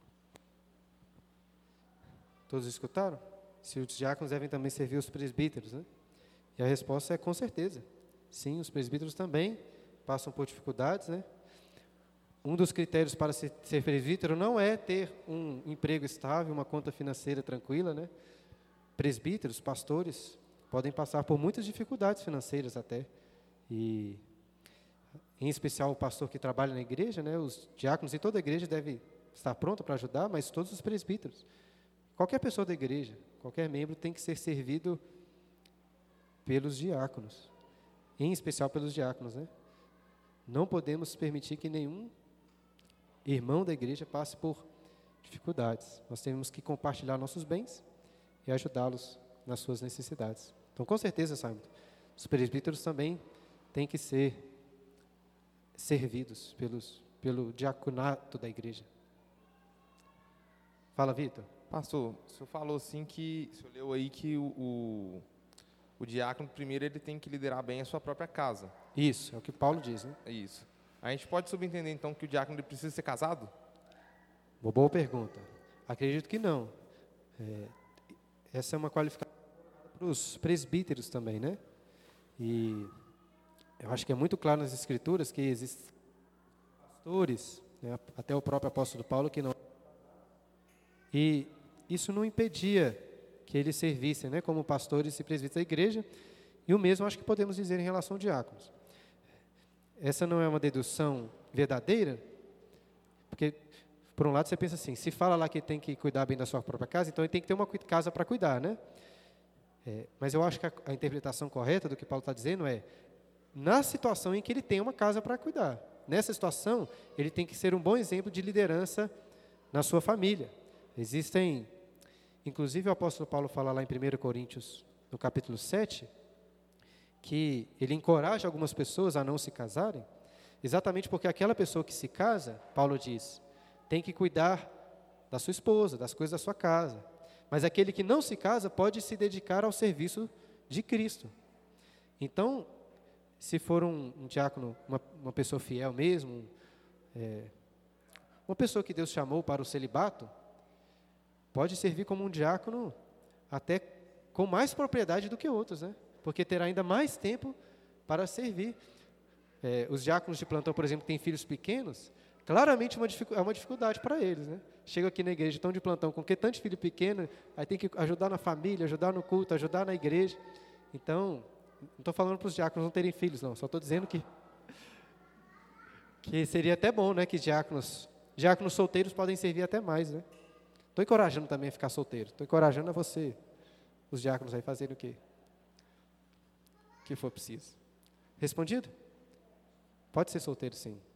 Todos escutaram? Se os diáconos devem também servir os presbíteros, né? E a resposta é com certeza. Sim, os presbíteros também passam por dificuldades, né? Um dos critérios para ser, ser presbítero não é ter um emprego estável, uma conta financeira tranquila, né? Presbíteros, pastores, podem passar por muitas dificuldades financeiras até. E, em especial, o pastor que trabalha na igreja, né, os diáconos e toda a igreja deve estar pronto para ajudar, mas todos os presbíteros. Qualquer pessoa da igreja, qualquer membro tem que ser servido pelos diáconos, em especial pelos diáconos, né? Não podemos permitir que nenhum irmão da igreja passe por dificuldades. Nós temos que compartilhar nossos bens e ajudá-los nas suas necessidades. Então, com certeza, Simon, os presbíteros também têm que ser servidos pelos, pelo diaconato da igreja. Fala, Vitor. Pastor, o senhor falou assim que, o senhor leu aí que o, o, o diácono, primeiro, ele tem que liderar bem a sua própria casa. Isso, é o que Paulo diz, né? É isso. A gente pode subentender, então, que o diácono ele precisa ser casado? Uma boa pergunta. Acredito que não. É, essa é uma qualificação para os presbíteros também, né? E eu acho que é muito claro nas Escrituras que existem pastores, né, até o próprio apóstolo Paulo, que não... E isso não impedia que eles servissem, né, como pastores e presbíteros da igreja, e o mesmo acho que podemos dizer em relação a diáconos. Essa não é uma dedução verdadeira, porque, por um lado, você pensa assim, se fala lá que tem que cuidar bem da sua própria casa, então ele tem que ter uma casa para cuidar, né? É, mas eu acho que a, a interpretação correta do que Paulo está dizendo é, na situação em que ele tem uma casa para cuidar, nessa situação, ele tem que ser um bom exemplo de liderança na sua família. Existem, inclusive o apóstolo Paulo fala lá em primeira Coríntios, no capítulo sete, que ele encoraja algumas pessoas a não se casarem, exatamente porque aquela pessoa que se casa, Paulo diz, tem que cuidar da sua esposa, das coisas da sua casa. Mas aquele que não se casa pode se dedicar ao serviço de Cristo. Então, se for um, um diácono, uma, uma pessoa fiel mesmo, é, uma pessoa que Deus chamou para o celibato, pode servir como um diácono até com mais propriedade do que outros, né? Porque terá ainda mais tempo para servir. É, os diáconos de plantão, por exemplo, que têm filhos pequenos, claramente uma é uma dificuldade para eles, né? Chega aqui na igreja, estão de plantão com que tanto filho pequeno, aí tem que ajudar na família, ajudar no culto, ajudar na igreja. Então, não estou falando para os diáconos não terem filhos, não. Só estou dizendo que, que seria até bom, né? Que diáconos, diáconos solteiros podem servir até mais, né? Estou encorajando também a ficar solteiro. Estou encorajando a você, os diáconos aí, fazerem o quê? O que for preciso. Respondido? Pode ser solteiro, sim.